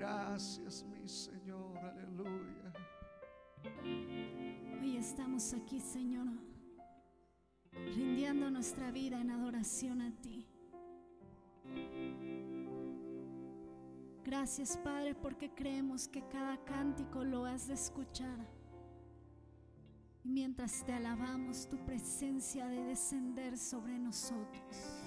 Gracias, mi Señor, aleluya. Hoy estamos aquí, Señor, rindiendo nuestra vida en adoración a ti. Gracias, Padre, porque creemos que cada cántico lo has de escuchar. Y mientras te alabamos, tu presencia ha de descender sobre nosotros.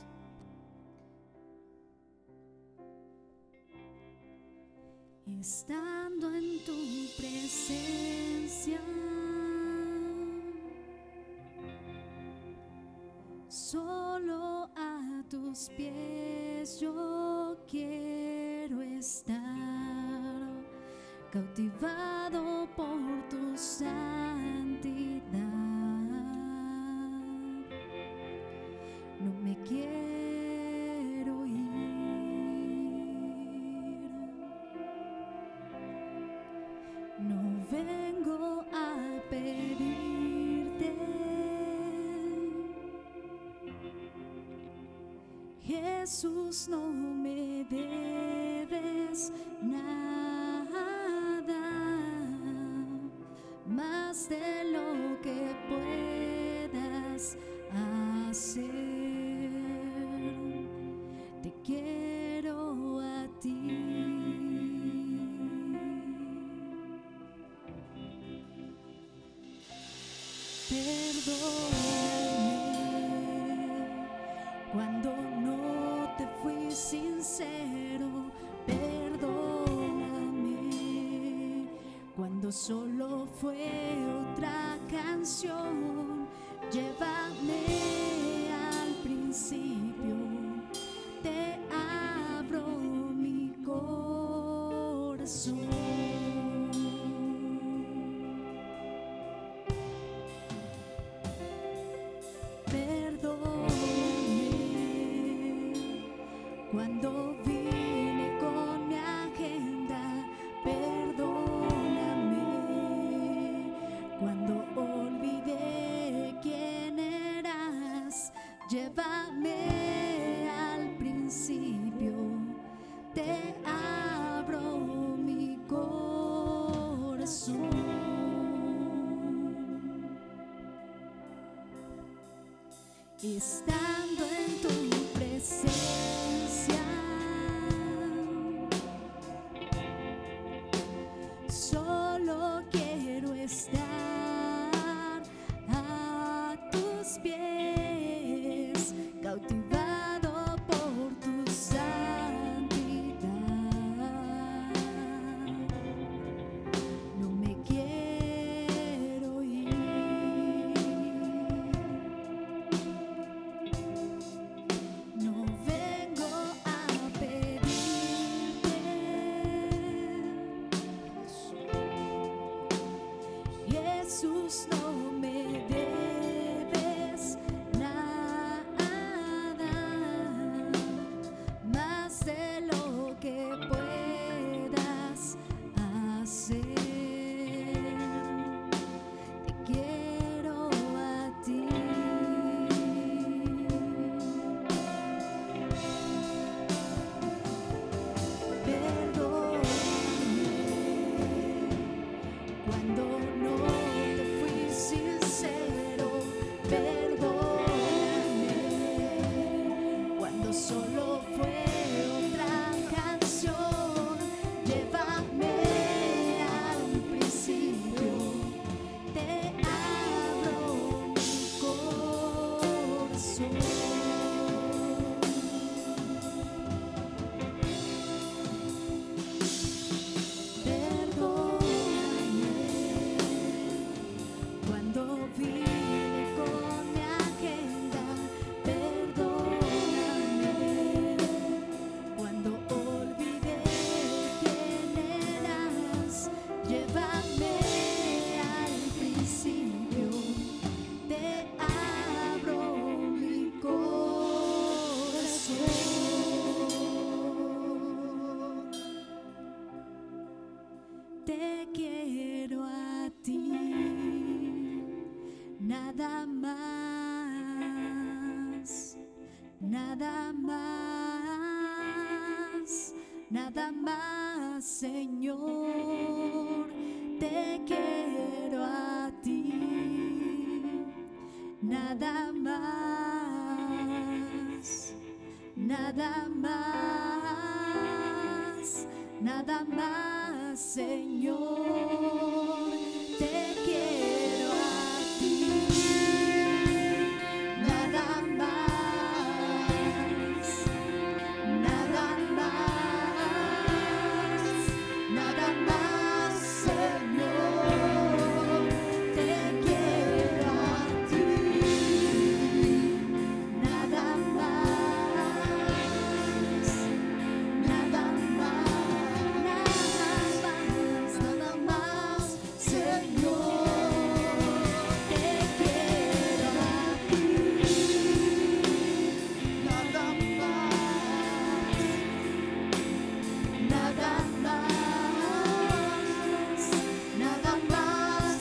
Estando en tu presencia, solo a tus pies yo quiero estar, cautivado por tu santidad. No me quiero ir, no vengo a pedirte, Jesús, no me debes nada más de lo que puedas hacer. Te quiero a ti. Perdóname cuando no te fui sincero. Perdóname cuando solo fue otra canción. Llévame al principio, te abro mi corazón. Cuando vine con mi agenda, perdóname. Cuando olvidé quién eras, llévame al principio, te abro mi corazón. Estando en tu presencia, solo quiero estar a tus pies, cautivado por tu santidad. No me quiero ir, no vengo a pedirte, Jesús, no me debes nada más de lo que puedas hacer. Te quiero a ti. Perdóname cuando no te fui sincero. Perdóname cuando solo fue otra canción. Llévame al principio, te abro mi corazón. Perdóname cuando vine con mi agenda. Perdóname cuando olvidé quién eras. Llévame al principio, te abro mi corazón. Te quiero a ti, nada más, nada más, nada más, Señor. nada más, nada más, nada más, Señor, te quiero a ti, nada más, nada más, nada más, Señor, te quiero a ti, nada más, nada más, nada más, Señor, te quiero a ti, nada más, nada más, nada más,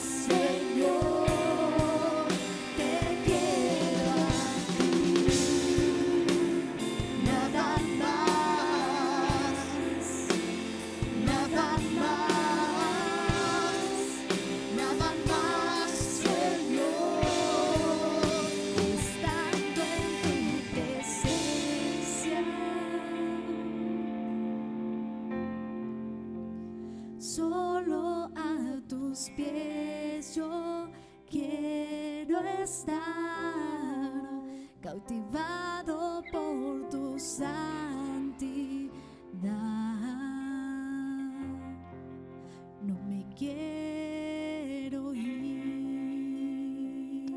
Señor, te quiero a ti, nada más, nada más, nada más, Señor, estando en tu presencia, solo a tus pies yo quiero estar, cautivado por tu santidad. No me quiero ir.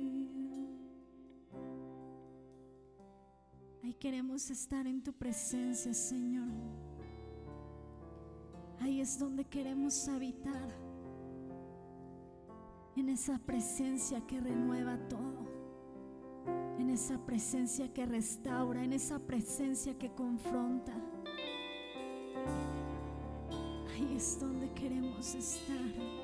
Ahí queremos estar en tu presencia, Señor. Ahí es donde queremos habitar, en esa presencia que renueva todo, en esa presencia que restaura, en esa presencia que confronta. Ahí es donde queremos estar.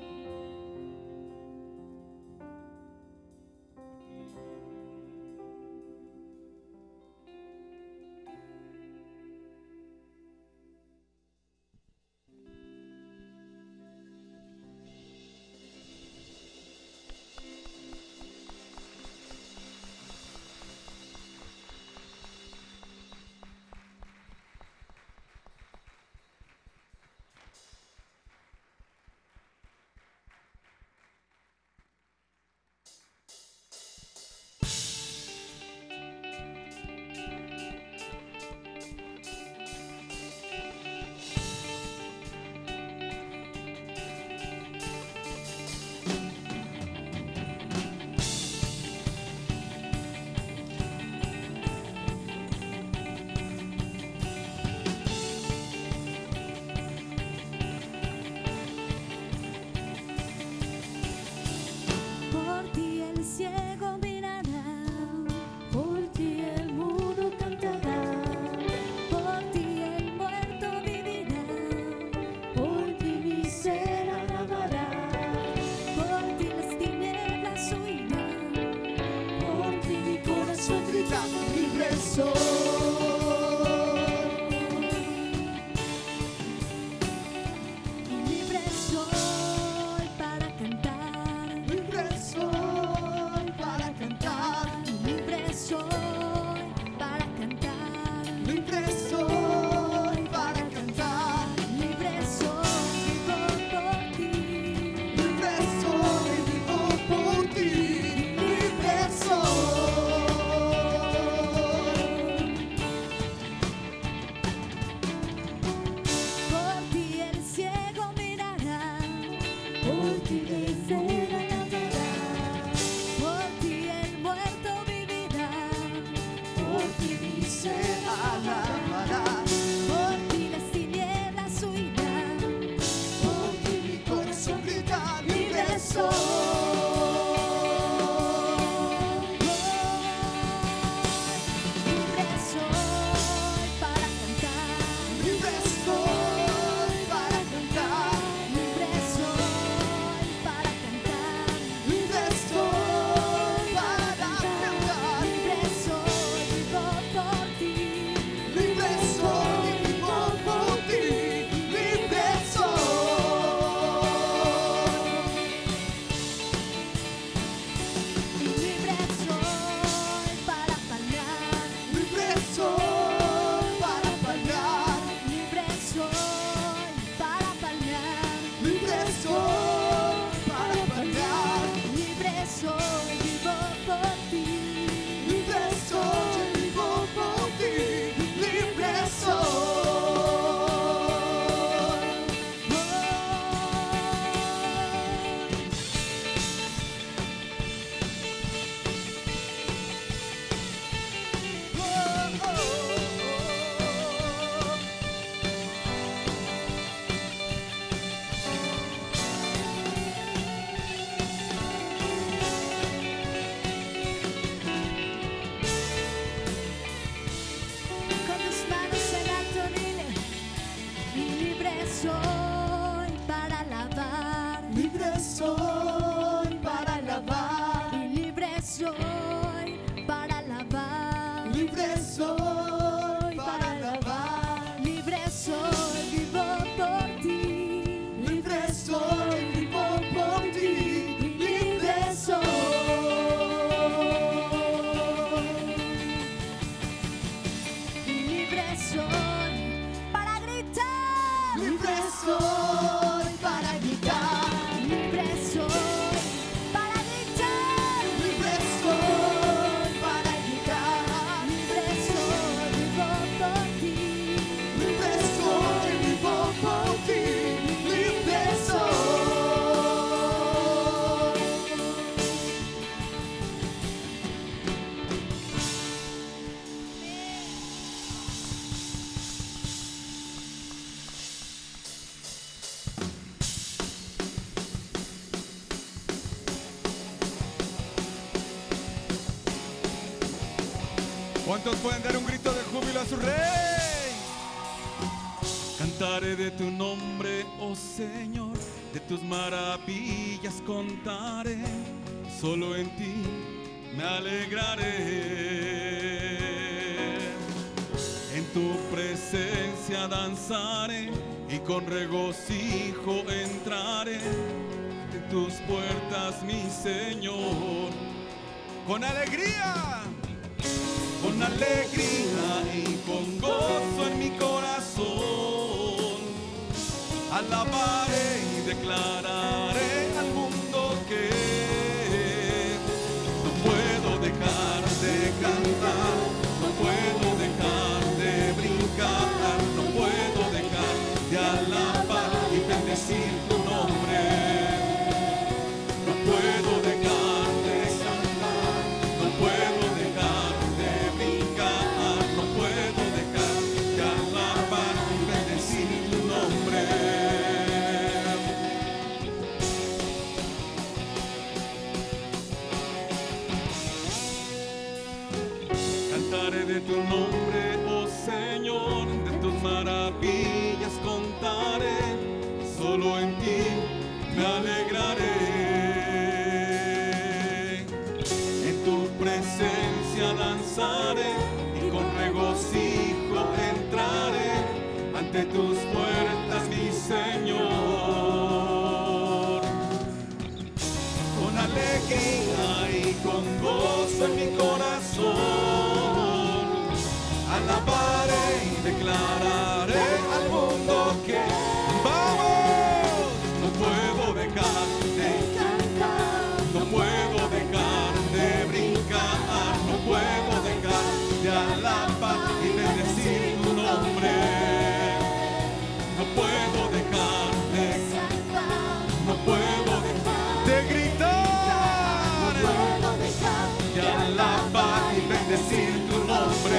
soy para alabar. y libre soy para alabar. Libre soy para alabar. Libre soy, vivo por ti. Libre soy, vivo por ti. Libre Y libre soy para gritar. Libre soy para gritar. Libre soy para gritar. Libre soy para gritar. Libre soy, vivo por ti. Libre soy, vivo por ti. Libre soy. ¿Cuántos pueden dar un grito de júbilo a su rey? Cantaré de tu nombre, oh Señor, de tus maravillas contaré. Solo en ti me alegraré. En tu presencia danzaré y con regocijo entraré en tus puertas, mi Señor. Con alegría y con gozo en mi corazón, alabaré y declararé al mundo que no puedo dejar de cantar, no puedo dejar de brincar, no puedo dejar de alabar y bendecir tu nombre. No puedo dejar de cantar, no puedo dejar de brincar, no puedo dejar de alabar y bendecir tu nombre. Cantaré de tu nombre, oh Señor, de tus maravillas contaré, solo en ti me alegraré. En tu presencia danzaré y con regocijo entraré ante tus puertas, mi Señor. Con alegría y con gozo en mi corazón, alabaré y declararé al mundo que vamos, no puedo dejar de Cantar. no puedo dejar de brincar, no puedo dejar de alabar y bendecir tu nombre. No puedo dejar de Cantar. no puedo dejar de gritar, Puedo dejar de alabar y bendecir tu nombre.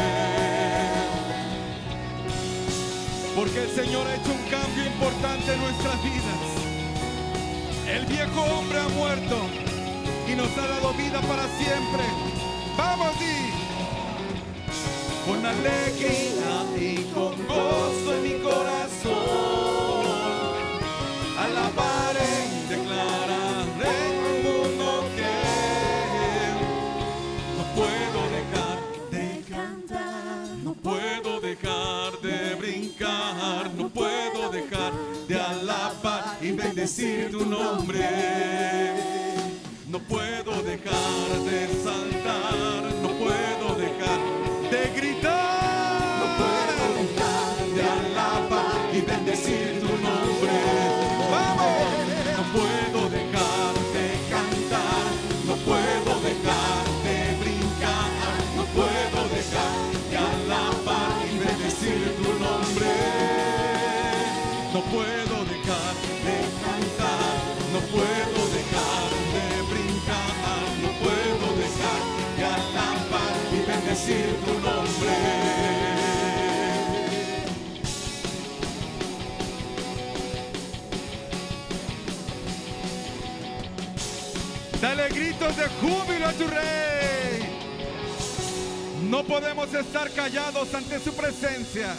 Porque el Señor ha hecho un cambio importante en nuestras vidas. El viejo hombre ha muerto y nos ha dado vida para siempre. ¡Vamos, Di! Con alegría y con gozo en mi corazón, alabaré y declararé al mundo que no puedo dejar de cantar. no puedo dejar de brincar, no puedo dejar de alabar y bendecir tu nombre. No puedo dejar de saltar, no puedo dejar de gritar, no puedo dejar de alabar y bendecir tu nombre. ¡Vamos! No puedo dejar de cantar, no puedo dejar de brincar, no puedo dejar de alabar y bendecir tu nombre. No puedo dejar de cantar, no puedo dejar de brincar, no puedo dejar de alabar y bendecir tu nombre. Dale gritos de júbilo a tu rey. No podemos estar callados ante su presencia.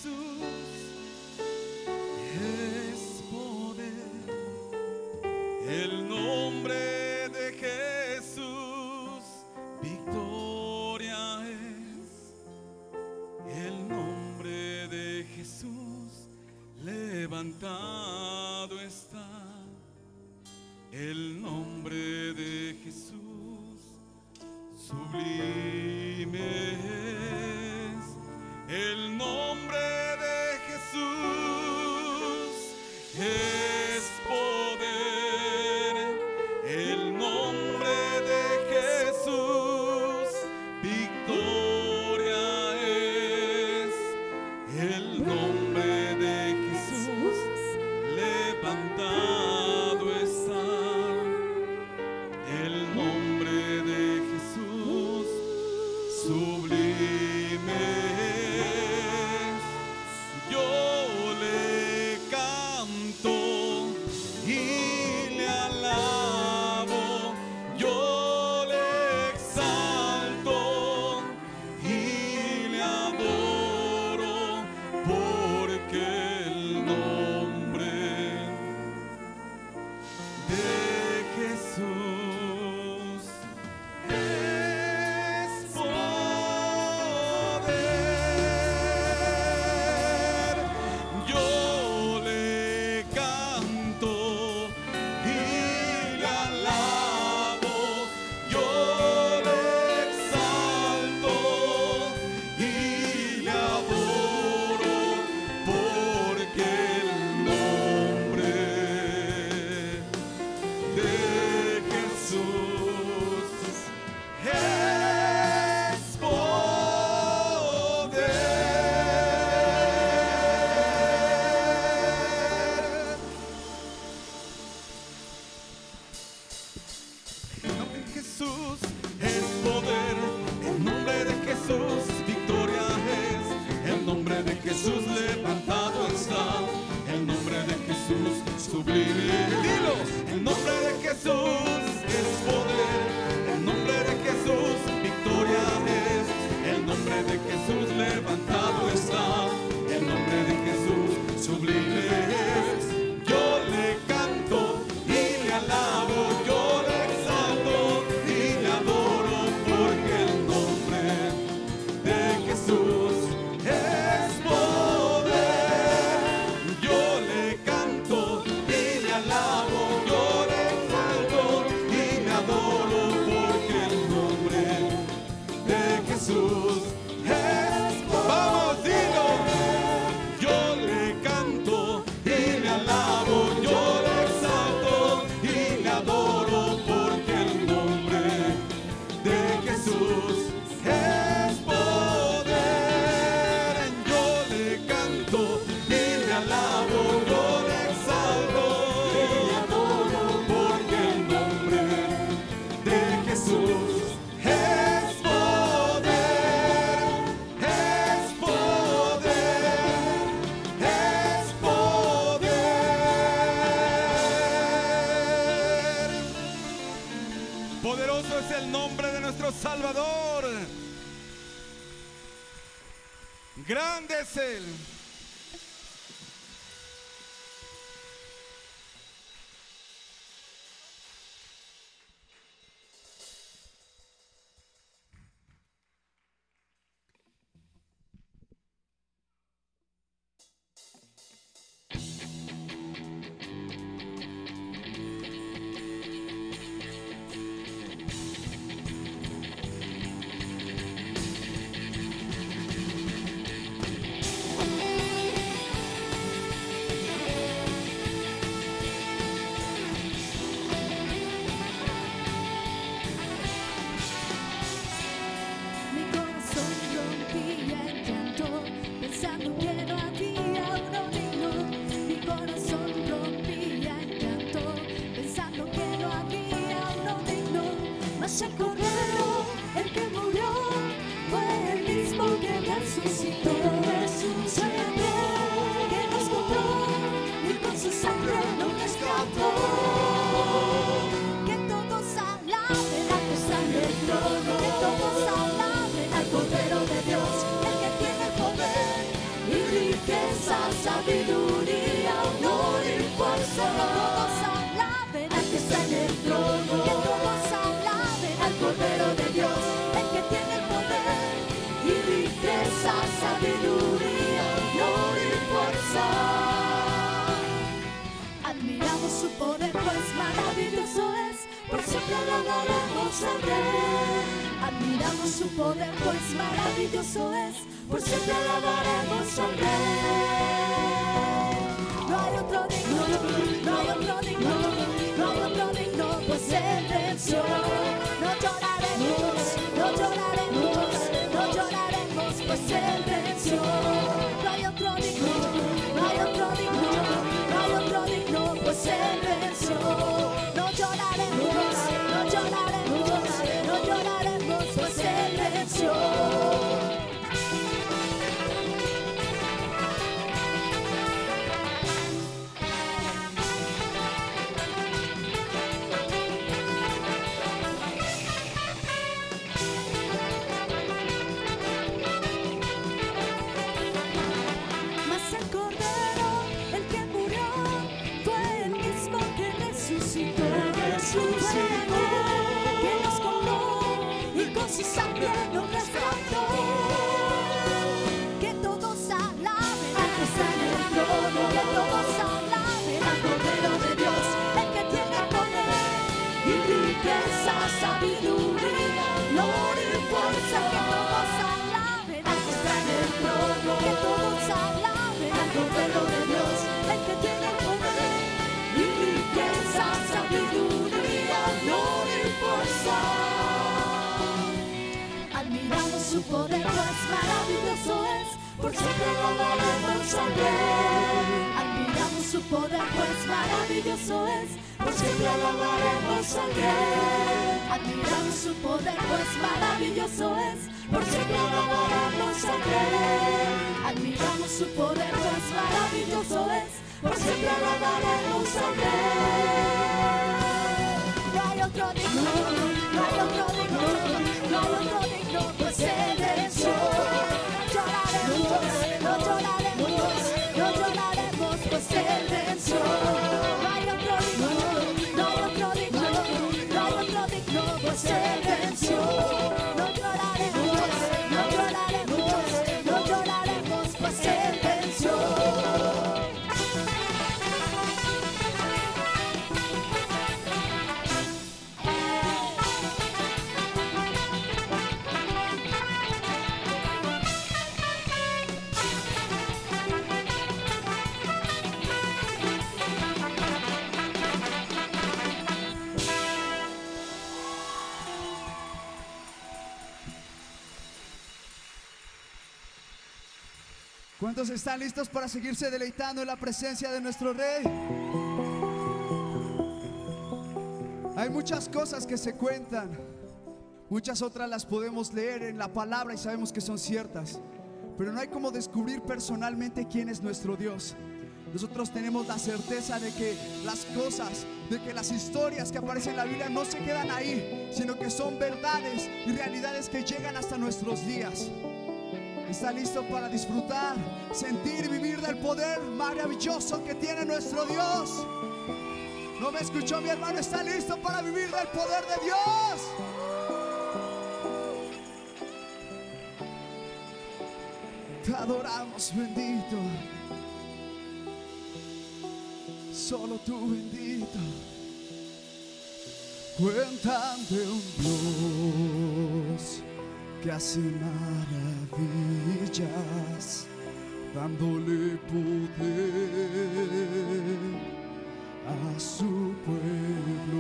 Jesús es poder. El nombre de Jesús victoria es. El nombre de Jesús levantado está. El nombre de Jesús sublime es. El nombre de Jesús es poder. El nombre de Jesús victoria es. El nombre de Jesús levantado está. El nombre de Jesús sublime es. Yo le canto y le alabo, yo le exalto y le adoro, porque el nombre de Jesús es poder. Yo le canto y le alabo, yo le exalto y le adoro, porque el nombre de Jesús es poder. El nombre de Jesús es poder. El nombre de Jesús victoria es. El nombre de Jesús levantado está. El nombre de Jesús sublime. Dilo. El nombre de Jesús es poder. El nombre de Jesús victoria es. El nombre de Jesús levantado está. El nombre de Jesús sublime es. Yo le canto y le alabo, yo le exalto y le adoro, porque el nombre de Jesús es poder. Yo le canto y le alabo, yo le exalto y le adoro, porque el nombre de Jesús es poder. Vamos, dilo. Yo le canto y le alabo, yo le exalto y le adoro, porque el nombre de Jesús es poder. Yo le canto y le alabo, yo le exalto y le adoro, porque el nombre de Jesús es poder, es poder, es poder. Poderoso es el nombre de nuestro Salvador. Grande es Él. siempre alabaremos al Rey. Admiramos su poder, pues maravilloso es, por siempre alabaremos al Rey. No hay otro digno, no hay otro digno, no hay otro digno, pues Él venció. No lloraremos, no lloraremos, no lloraremos, pues Él venció. No hay otro digno, no hay otro digno, no hay otro digno, pues Él venció. No lloraremos, no lloraremos, no lloraremos, pues Él venció. Mas el Cordero, el que murió, fue el mismo que resucitó. Fue aquel que nos compró y con su sangre nos rescató. Que todos alaben al que está en el trono, que todos alaben al Cordero de Dios, el que tiene poder y riqueza, sabiduría, gloria y fuerza. Que todos alaben al que está en el trono, que todos alaben al Cordero de Dios, el que tiene poder y riqueza, sabiduría, gloria y fuerza. Admiramos su poder, pues maravilloso es, por siempre alabaremos al Rey. Admiramos su poder, pues maravilloso es, por siempre alabaremos al Rey. Admiramos su poder, pues maravilloso es, por siempre alabaremos al Rey. Admiramos su poder, pues maravilloso es, por siempre alabaremos al Rey. No hay otro digno, no hay otro digno, no hay otro digno, pues Él venció. No lloraremos, no lloraremos, no lloraremos, pues Él venció. No hay otro digno, no hay otro digno, no hay otro digno, pues Él venció. No lloraremos, no lloraremos, no lloraremos, pues Él venció. ¿Cuántos están listos para seguirse deleitando en la presencia de nuestro Rey? Hay muchas cosas que se cuentan, muchas otras las podemos leer en la palabra y sabemos que son ciertas, pero no hay como descubrir personalmente quién es nuestro Dios. Nosotros tenemos la certeza de que las cosas, de que las historias que aparecen en la Biblia no se quedan ahí, sino que son verdades y realidades que llegan hasta nuestros días. ¿Está listo para disfrutar, sentir y vivir del poder maravilloso que tiene nuestro Dios? ¿No me escuchó mi hermano? ¿Está listo para vivir del poder de Dios? Te adoramos, bendito. Solo tú, bendito. Cuentan de un Dios que hace maravillas, dándole poder a su pueblo.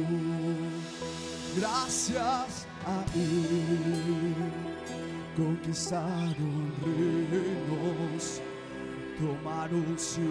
Gracias a Él conquistaron reinos, tomaron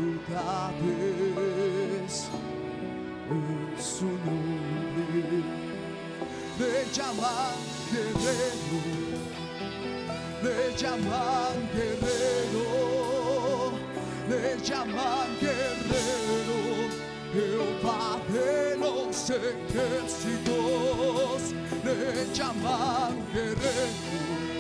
ciudades en su nombre. Le llaman guerrero, le llaman guerrero, le llaman guerrero, Jehová de los ejércitos. Le llaman guerrero,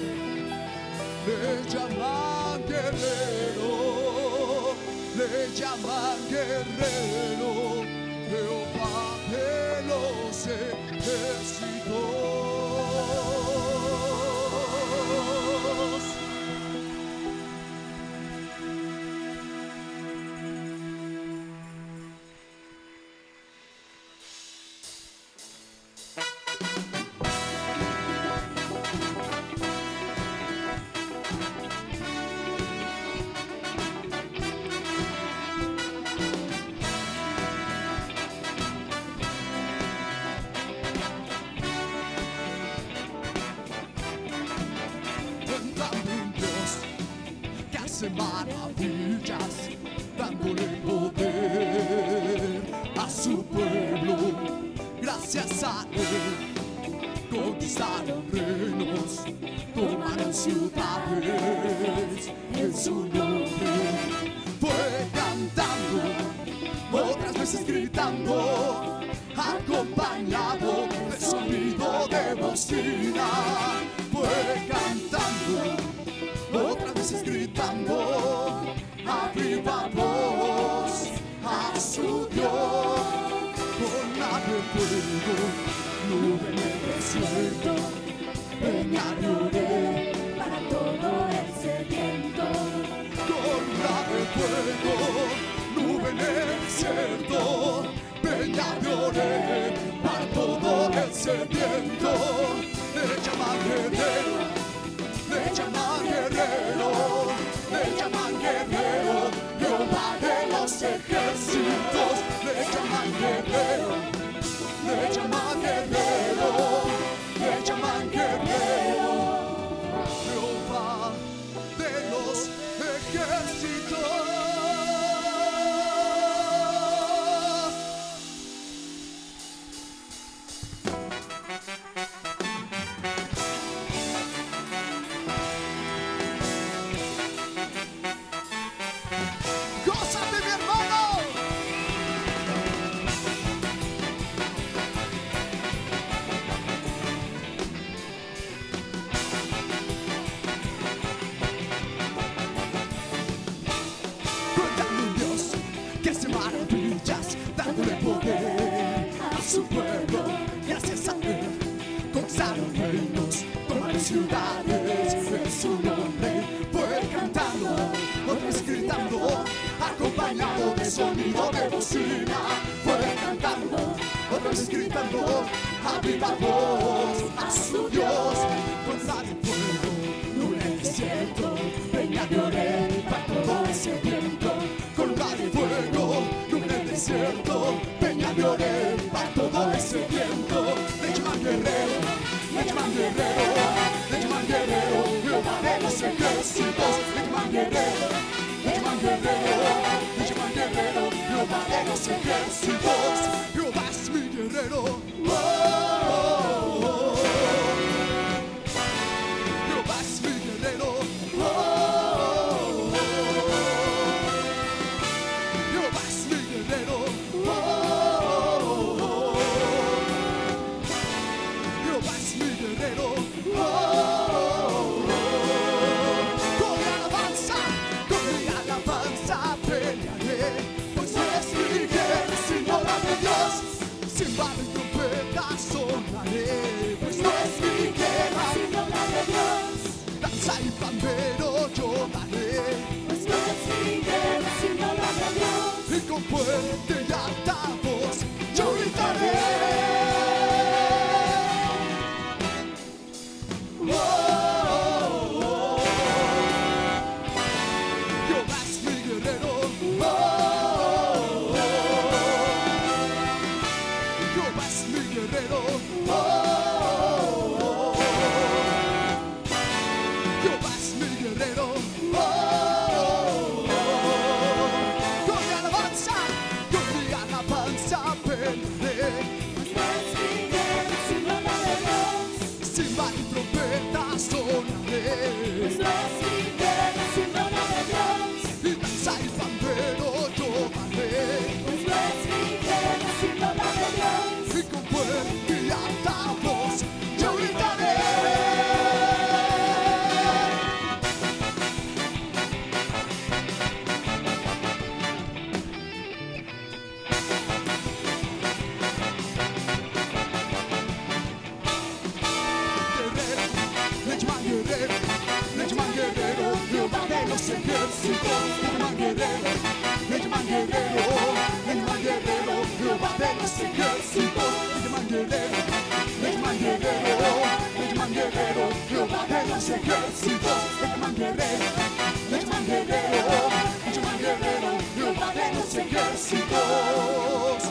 le llaman guerrero, le llaman guerrero, Jehová de los ejércitos. hace maravillas, dándole poder a su pueblo. Gracias a él conquistaron reinos, tomaron ciudades en su nombre. Fue cantando, otras veces gritando, acompañado del sonido de bocina. Fue cantando, otras veces gritando a viva voz a su Dios. Con la de fuego, nube en el desierto, peña de Oreb para todo el sediento. Con la de fuego, nube en el desierto, peña de Oreb para todo el sediento. Le llaman guerrero, le llaman guerrero, le llaman guerrero, Jehová de los ejércitos. Le llaman guerrero, le llaman guerrero, le llaman guerrero, Jehová de los ejércitos. ¡Gózate, mi hermano! Cuéntame un Dios que hace maravillas, dándole poder a su pueblo. Gracias a él conquistaron reinos, tomaron ciudades en su nombre. Fue cantando, otros gritando, acompañado de sonido de bocina. Fue cantando, otros gritando a viva voz a su Dios. Con la de fuego, nube en el desierto, peña de Oreb para todo ese viento. Con la de fuego, nube en el desierto, peña de Oreb para todo ese viento. Le llaman guerrero, le llaman guerrero, le llaman guerrero, Jehová de los ejércitos. Le llaman guerrero, le llaman guerrero, le llaman guerrero, Jehová de los ejércitos. Jehová es mi guerrero. Oh, oh, oh. Jehová es mi guerrero. Oh, oh, oh. Jehová es mi guerrero. Oh, oh, oh. Jehová es mi guerrero. Oh, oh, oh. Con mi alabanza pelearé, pues no es mi guerra sino la de Dios. Cimbalo y trompeta sonaré, pues no es mi guerra sino la de Dios. Danza y pandero yo daré, pues no es mi guerra sino la de Dios. Y con fuerte y alta voz yo gritaré. Oh, oh, oh. Jehová es mi guerrero. Oh, oh, oh. Jehová es mi guerrero. Oh, oh, oh. Jehová es mi guerrero. Oh, oh, oh. Con mi alabanza pelearé. Pues no es mi guerra sino la de Dios. Cimbal y trompeta sonaré. Pues no es mi guerra sino la de Dios. Y danza y pandero yo daré. Pues no es mi guerra sino la de Dios. Y con fuerte y alta voz yo gritaré. Le llaman guerrero, Jehová de los ejércitos. Le llaman guerrero, le llaman guerrero, le llaman guerrero, Jehová de los ejércitos. Le llaman guerrero, le llaman guerrero, le llaman guerrero, Jehová de los ejércitos. Le llaman guerrero, le llaman guerrero, le llaman guerrero, Jehová de los ejércitos.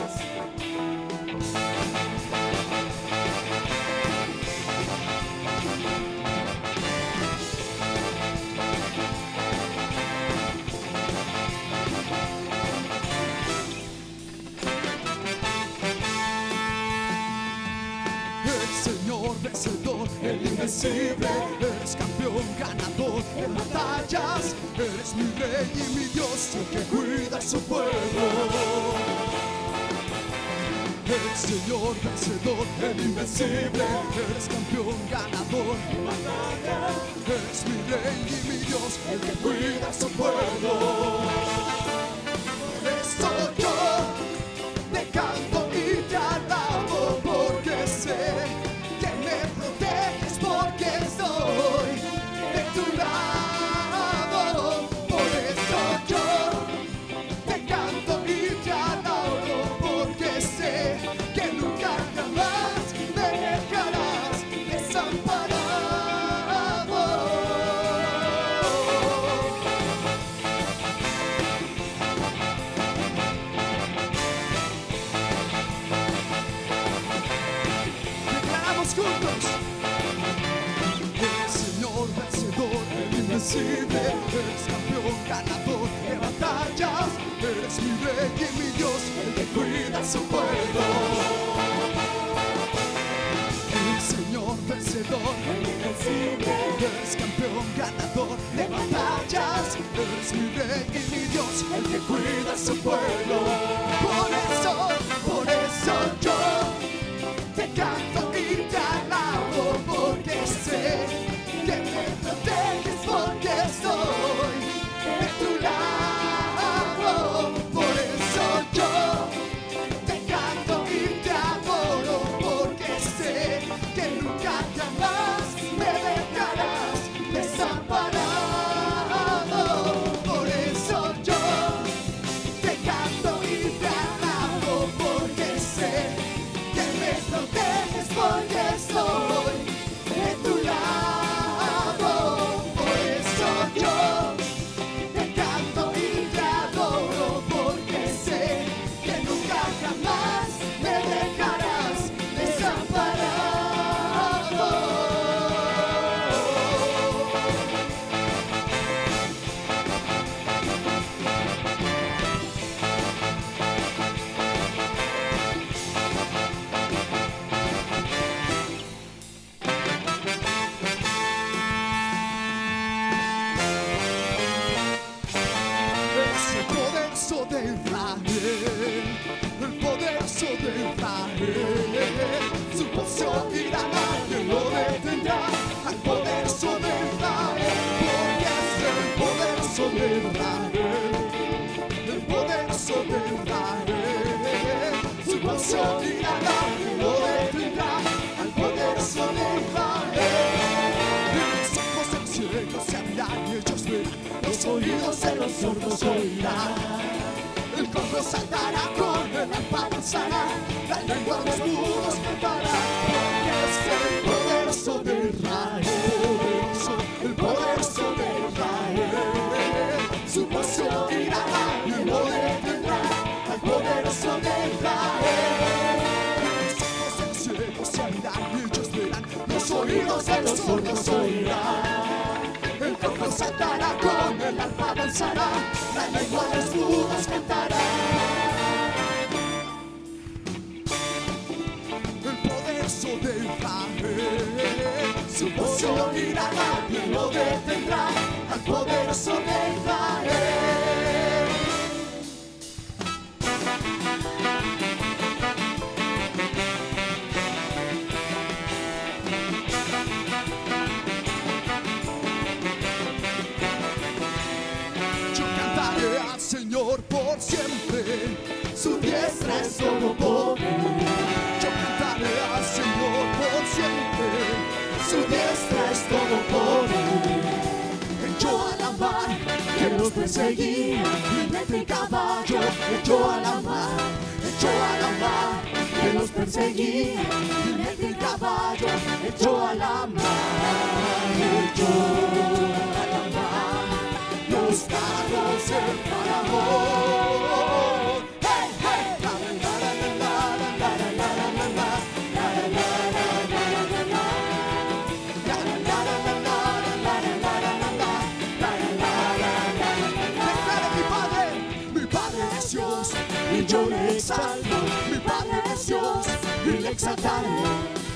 Señor vencedor, el invencible, eres campeón ganador en batallas, eres mi rey y mi Dios, el que cuida a su pueblo. El Señor vencedor, el invencible, eres campeón ganador en batallas, eres mi rey y mi Dios, el que cuida a su pueblo. Por eso yo te canto y te alabo, porque sé que me proteges, porque estoy de tu lado. Por eso yo te canto y te alabo, porque sé que nunca jamás me dejarás desamparado. Declaramos juntos: el Señor vencedor, el invencible, eres campeón ganador de batallas, eres mi rey y mi Dios, el que cuida a su pueblo. El Señor vencedor, el invencible, eres campeón ganador de batallas, eres mi rey y mi Dios, el que cuida a su pueblo. Por eso yo te canto y te alabo, porque sé que me proteges, porque estoy de tu lado. Por eso yo te canto y te adoro, porque sé que nunca jamás me dejarás desamparado. Por eso yo te canto y te alabo, porque sé que me proteges, porque estoy de tu lado. Por eso yo te canto y te adoro, porque sé que nunca jamás me dejarás desamparado. Es el poderoso de Israel, el poderoso de Israel, su poción irá, nadie lo detendrá, al poderoso de Israel, porque es el poderoso de Israel, el poderoso de Israel, su poción irá, nadie lo detendrá, al poderoso de Israel. Los ojos del cielo se abrirán y ellos verán, los oídos de los sordos oirán, el cojo saltará, con el arpa danzará, la lengua de los mudos cantará, porque es el poderoso de Israel, el poderoso de Israel, su poción irá y lo detendrá, al poderoso de Israel. Los ojos del cielo se abrirán y ellos verán, los oídos de los sordos oirán, el cojo saltará, con el arpa danzará, la lengua de los mudos cantará. El poderoso de Israel, su poción irá, nadie lo detendrá, al poderoso de Israel. Yo cantaré al Señor por siempre, su diestra es todo poder. Yo cantaré al Señor por siempre, su diestra es todo poder. Echó a la mar que los perseguía, jinete y caballo, echó a la mar, echó a la mar que los perseguía, jinete y caballo, echó a la mar, echó a la mar los carros del faraón. Hey, hey, la la la la la la la la la la la la la la. Mi Padre es Dios y yo le exalto, mi Padre es Dios y le exaltaré.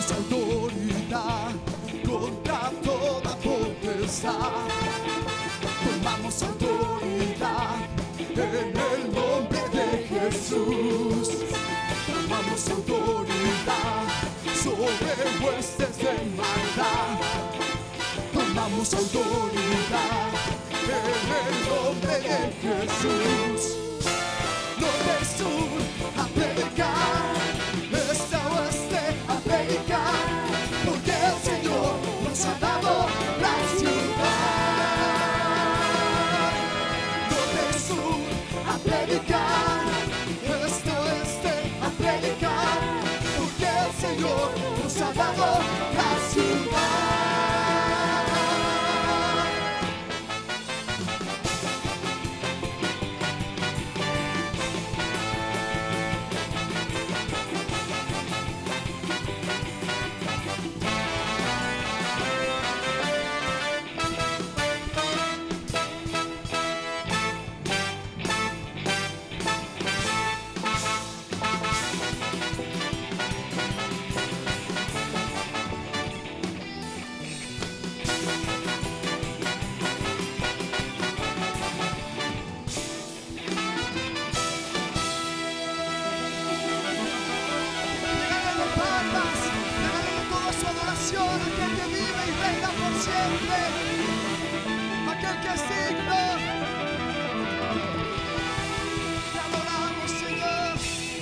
tomamos autoridad contra toda potestad. Tomamos autoridad en el nombre de Jesús. Tomamos autoridad sobre huestes de maldad. Tomamos autoridad en el nombre de Jesús. Norte y sur a predicar, este a oeste a predicar, porque el Señor nos ha dado la ciudad. Norte y sur a predicar, este a oeste a predicar, porque el Señor nos ha dado la ciudad. Aquel que vive y reina por siempre, aquel que es digno, te adoramos, Señor.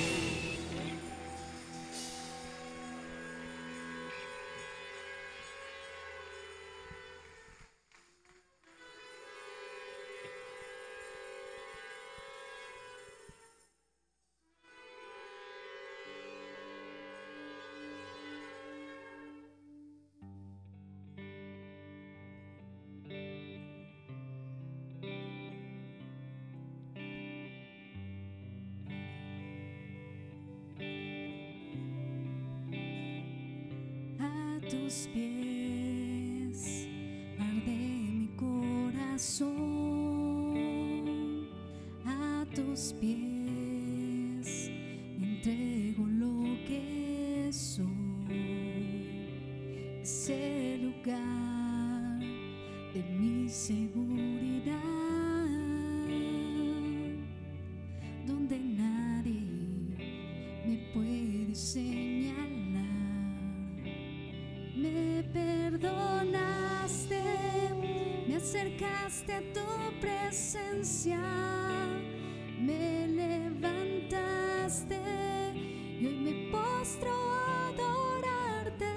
Tus pies arde mi corazón, a tus pies entrego lo que soy, ese lugar de mi seguridad, donde nadie me puede señalar. Me perdonaste, me acercaste a tu presencia, me levantaste y hoy me postro a adorarte.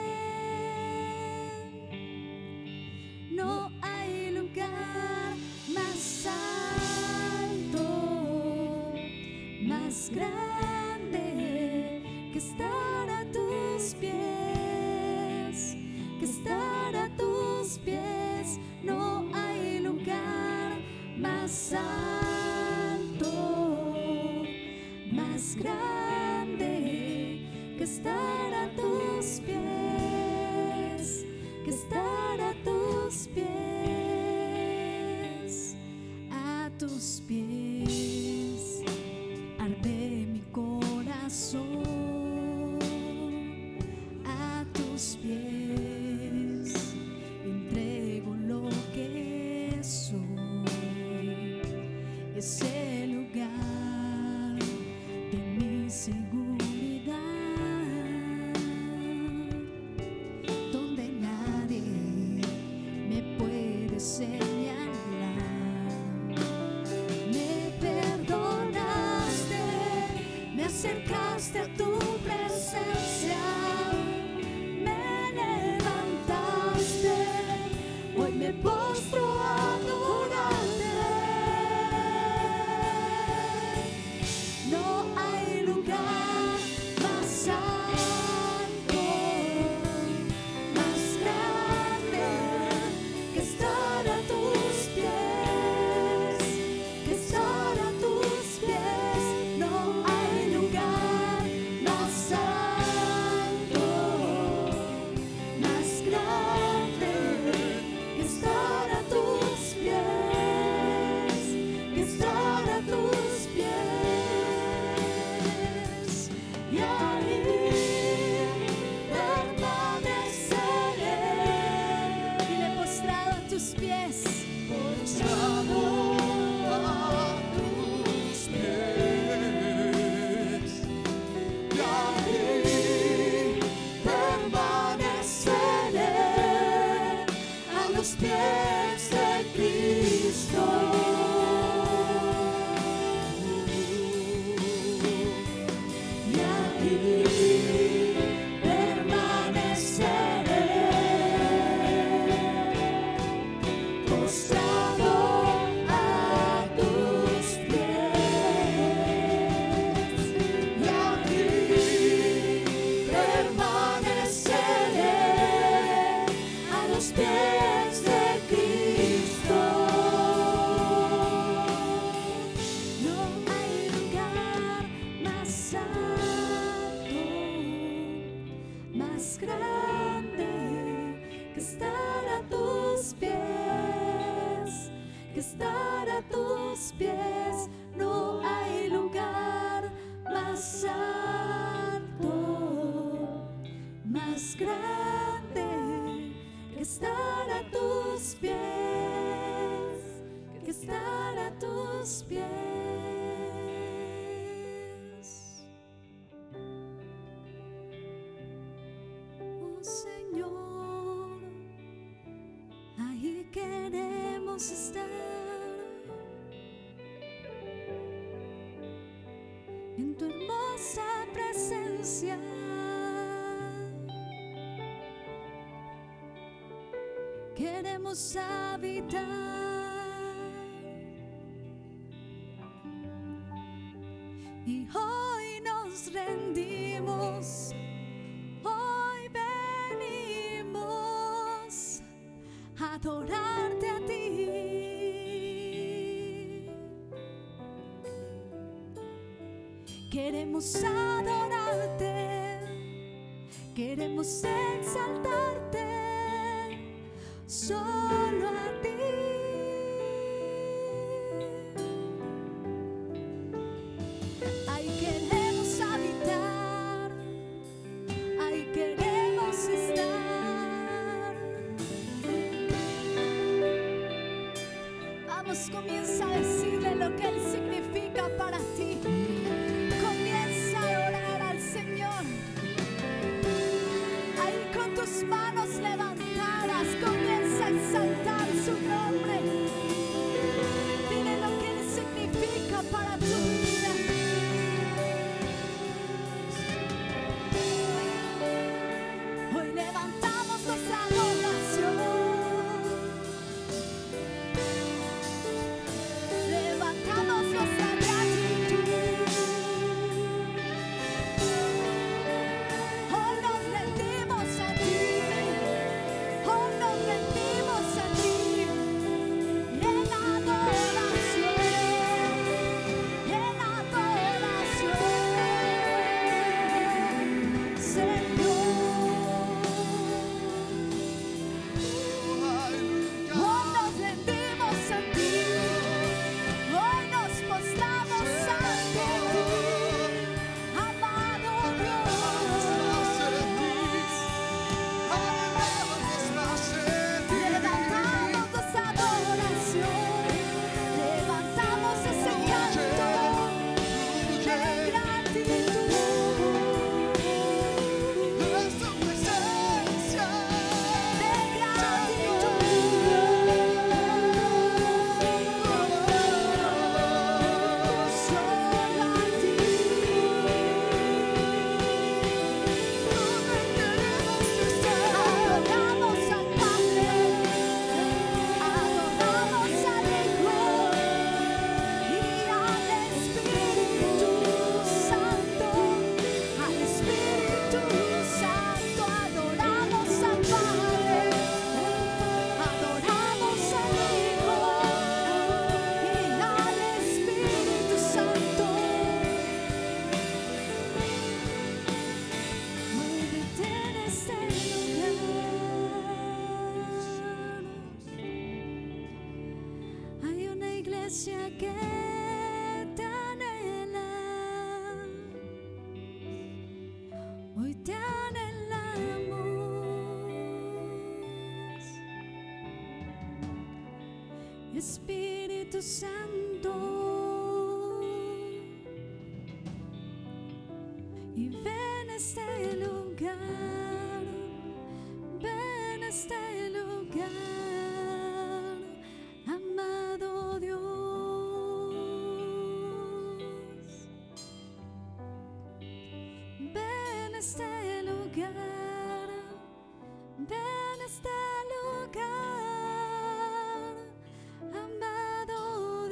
No hay lugar más alto, más grande que estar a tus pies. Que estar a tus pies, no hay lugar más alto, más grande que estar a tus pies, que estar a tus pies, a tus pies arde mi corazón, a tus pies. Ese lugar de mi seguridad, donde nadie me puede señalar. Me perdonaste, me acercaste a tu presencia, me levantaste, hoy me postro a adorarte. más grande que estar a tus pies, que estar a tus pies. No hay lugar más alto, más grande que estar a tus pies, que estar a tus pies. Oh Señor, ahí queremos estar, en tu hermosa presencia. Queremos habitar, y hoy nos rendimos, hoy venimos a adorarte a ti. Queremos adorarte, queremos exaltarte, solo a ti. Ahí queremos habitar, ahí queremos estar. Vamos, comienza a decirle lo que Él significa para ti. Comienza a orar al Señor. Ahí con tus manos levantadas, comienza a exaltar su nombre. Dile lo que Él significa para tu vida. Hoy levantamos nuestra adoración, levantamos nuestra gratitud. Hoy nos rendimos a ti, hoy nos rendimos a ti, en adoración, Señor. Hoy nos rendimos a ti, hoy nos postramos ante ti, amado Dios. Levantamos nuestra adoración, levantamos ese canto de gratitud. Adoramos al Padre, adoramos al Hijo y al Espíritu Santo, al Espíritu Santo. Adoramos al Padre, adoramos al Hijo y al Espíritu Santo. Muévete en este lugar. Hay una iglesia que te anhela, hoy te anhelamos. Espíritu Santo, y ven a este lugar, ven a este lugar, amado Dios. Ven a este lugar, ven a este lugar, amado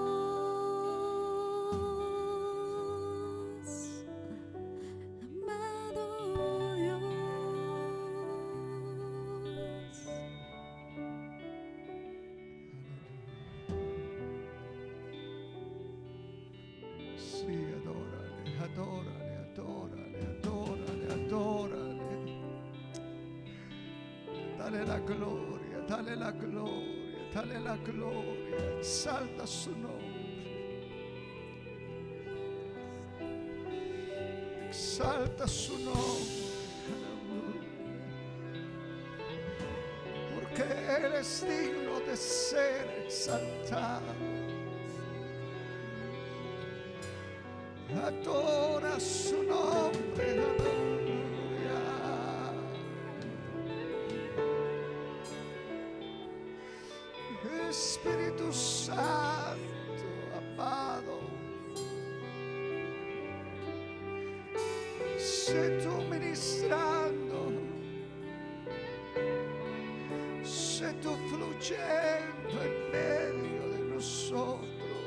Dios, amado Dios. Dale la gloria, dale la gloria, dale la gloria. Exalta su nombre. Exalta su nombre. Porque Él es digno de ser exaltado. Adora su nombre. Aleluya. Espíritu Santo, amado, sé tú ministrando, sé tú fluyendo en medio de nosotros.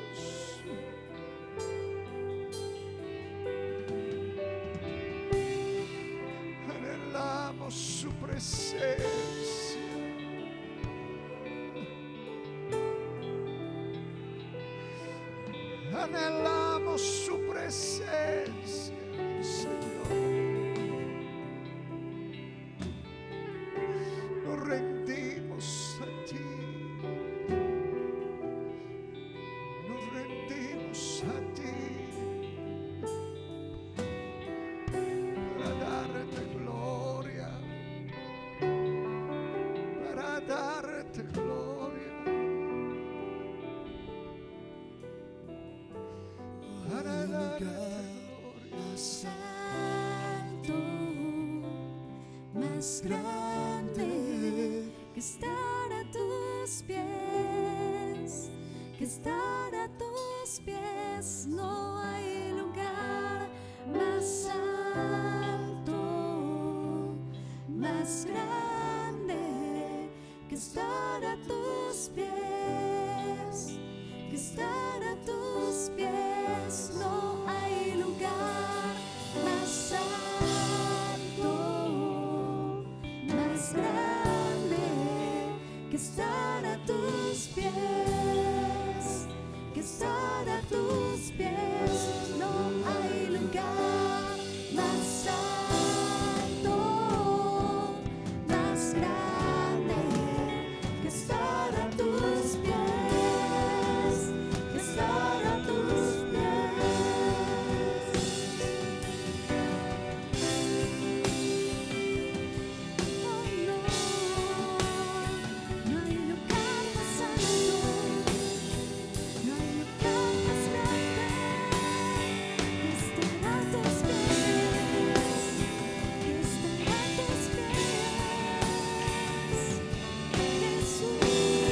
Anhelamos su presencia. Anhelamos su presencia, Señor. Nos rendimos a ti. Nos rendimos a ti. Para darte gloria. Para darte gloria. Para darte gloria. Más alto, más grande, que estar a tus pies, que estar a tus pies. No hay lugar más alto, más grande, que estar a tus pies, que estar a tus pies. No hay lugar más alto, más grande, que estar a tus pies, que estar a tus pies. No hay lugar más alto, más grande, que estar a tus pies, que estar a tus pies. Oh no, no hay lugar más alto, no hay lugar más grande, que estar a tus pies, que estar a tus pies, Jesús.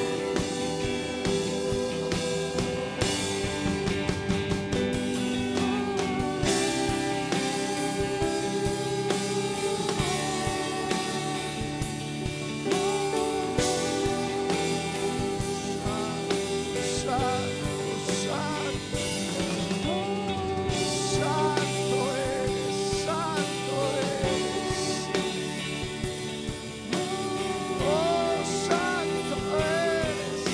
Santo, santo, santo eres, santo eres. Oh, santo eres.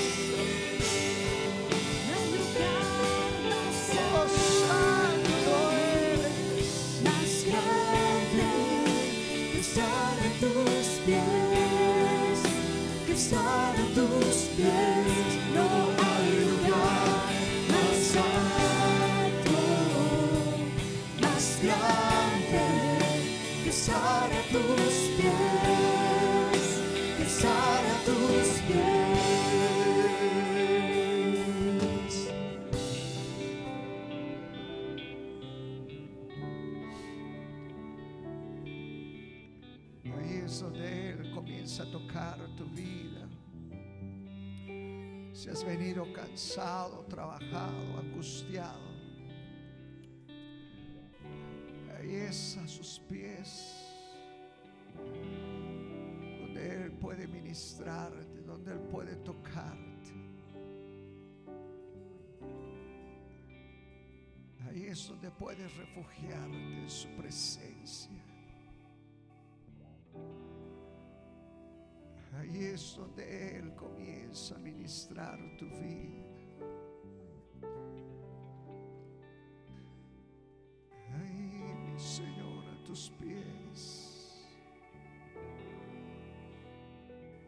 No hay lugar más Oh, santo eres. más grande, que estar a tus pies, que estar a tus pies. No hay lugar más alto, más grande, que estar a tus pies, que estar a tus pies. Ahí es donde Él comienza a tocar tu vida. Si has venido cansado, trabajado, angustiado, ahí es a sus pies donde Él puede ministrarte, donde Él puede tocarte. Ahí es donde puedes refugiarte en su presencia. Ahí es donde Él comienza a ministrar tu vida. Ahí, mi Señor, a tus pies.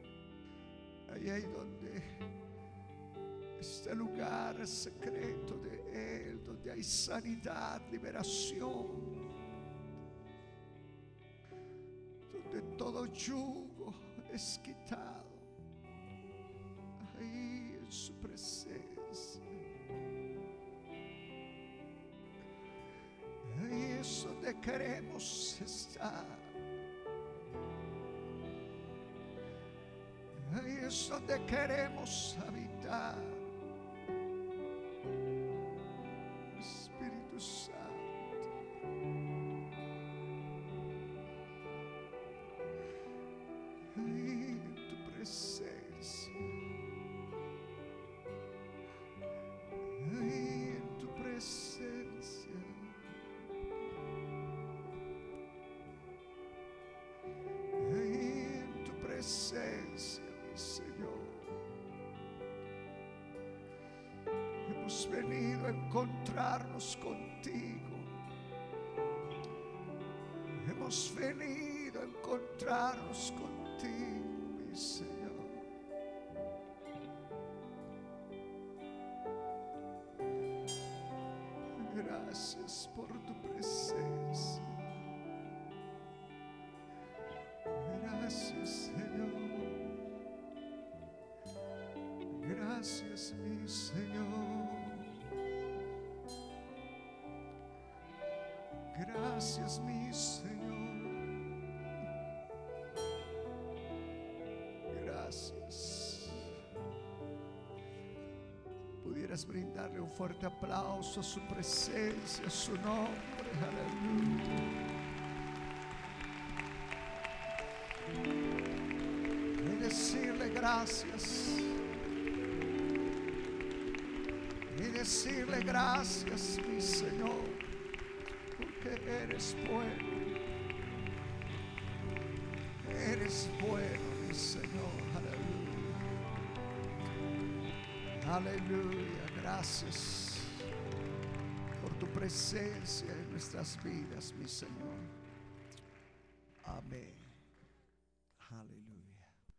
ahí donde este lugar secreto de Él, donde hay sanidad, liberación, donde todo yugo es quitado, ahí en su presencia. Ahí es donde queremos estar. Ahí es donde queremos habitar. Espíritu Santo, ahí en tu presencia, ahí en tu presencia, ahí en tu presencia, mi Señor. Hemos venido a encontrarnos contigo. Hemos venido a encontrarnos contigo, mi Señor. Gracias por tu presencia. Gracias, Señor. Gracias, mi Señor. Gracias, mi Señor. Gracias. Pudieras brindarle un fuerte aplauso a su presencia, a su nombre. Aleluya. Y decirle gracias. Y decirle gracias, mi Señor, porque eres bueno. Eres bueno, mi Señor. Aleluya. Aleluya. Gracias por tu presencia en nuestras vidas, mi Señor. Amén.